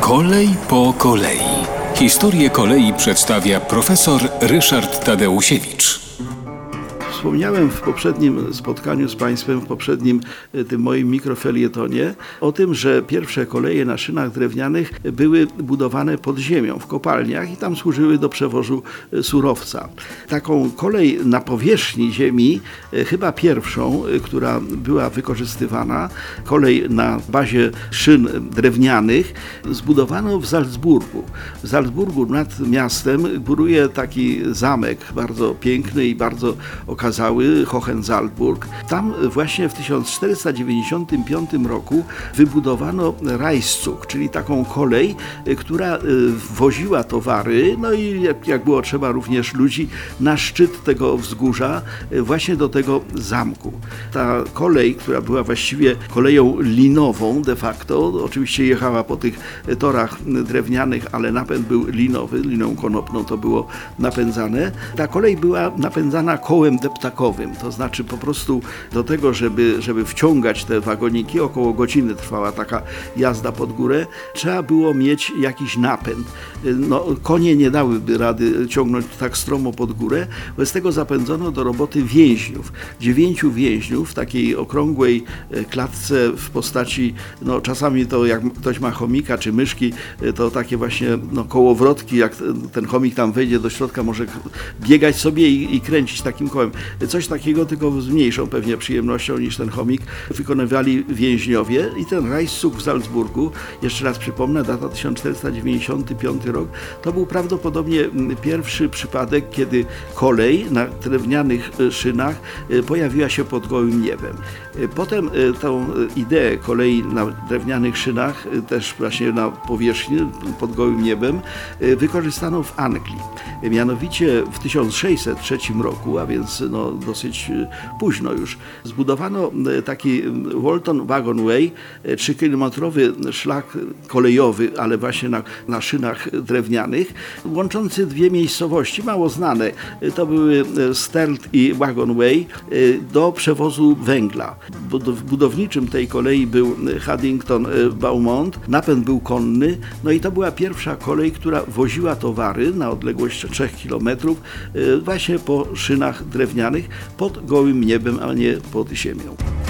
Kolej po kolei. Historię kolei przedstawia profesor Ryszard Tadeusiewicz. Wspomniałem w poprzednim spotkaniu z Państwem, w poprzednim tym moim mikrofelietonie o tym, że pierwsze koleje na szynach drewnianych były budowane pod ziemią, w kopalniach i tam służyły do przewozu surowca. Taką kolej na powierzchni ziemi, chyba pierwszą, która była wykorzystywana, kolej na bazie szyn drewnianych, zbudowano w Salzburgu. W Salzburgu nad miastem góruje taki zamek bardzo piękny i bardzo okazały, Hohensalzburg. Tam właśnie w 1495 roku wybudowano Reiszzug, czyli taką kolej, która woziła towary, no i jak było trzeba również ludzi na szczyt tego wzgórza, właśnie do tego zamku. Ta kolej, która była właściwie koleją linową de facto, oczywiście jechała po tych torach drewnianych, ale napęd był linowy, liną konopną to było napędzane. Ta kolej była napędzana kołem deptakowym, to znaczy po prostu do tego, żeby wciągać te wagoniki, około godziny trwała taka jazda pod górę, trzeba było mieć jakiś napęd. No, konie nie dałyby rady ciągnąć tak stromo pod górę, wobec tego zapędzono do roboty więźniów. 9 więźniów w takiej okrągłej klatce w postaci, no czasami to jak ktoś ma chomika czy myszki, to takie właśnie kołowrotki, jak ten chomik tam wejdzie do środka, może biegać sobie i kręcić takim kołem. Coś takiego, tylko z mniejszą pewnie przyjemnością niż ten chomik, wykonywali więźniowie i ten Reiszzug w Salzburgu, jeszcze raz przypomnę, data 1495 rok, to był prawdopodobnie pierwszy przypadek, kiedy kolej na drewnianych szynach pojawiła się pod gołym niebem. Potem tą ideę kolei na drewnianych szynach, też właśnie na powierzchni, pod gołym niebem, wykorzystano w Anglii. Mianowicie w 1603 roku, a więc dosyć późno już, zbudowano taki Walton Wagon Way, 3-kilometrowy szlak kolejowy, ale właśnie na szynach drewnianych, łączący dwie miejscowości mało znane. To były Stirling i Wagon Way do przewozu węgla. Budowniczym tej kolei był Haddington Beaumont, napęd był konny, no i to była pierwsza kolej, która woziła towary na odległość 3 km właśnie po szynach drewnianych pod gołym niebem, a nie pod ziemią.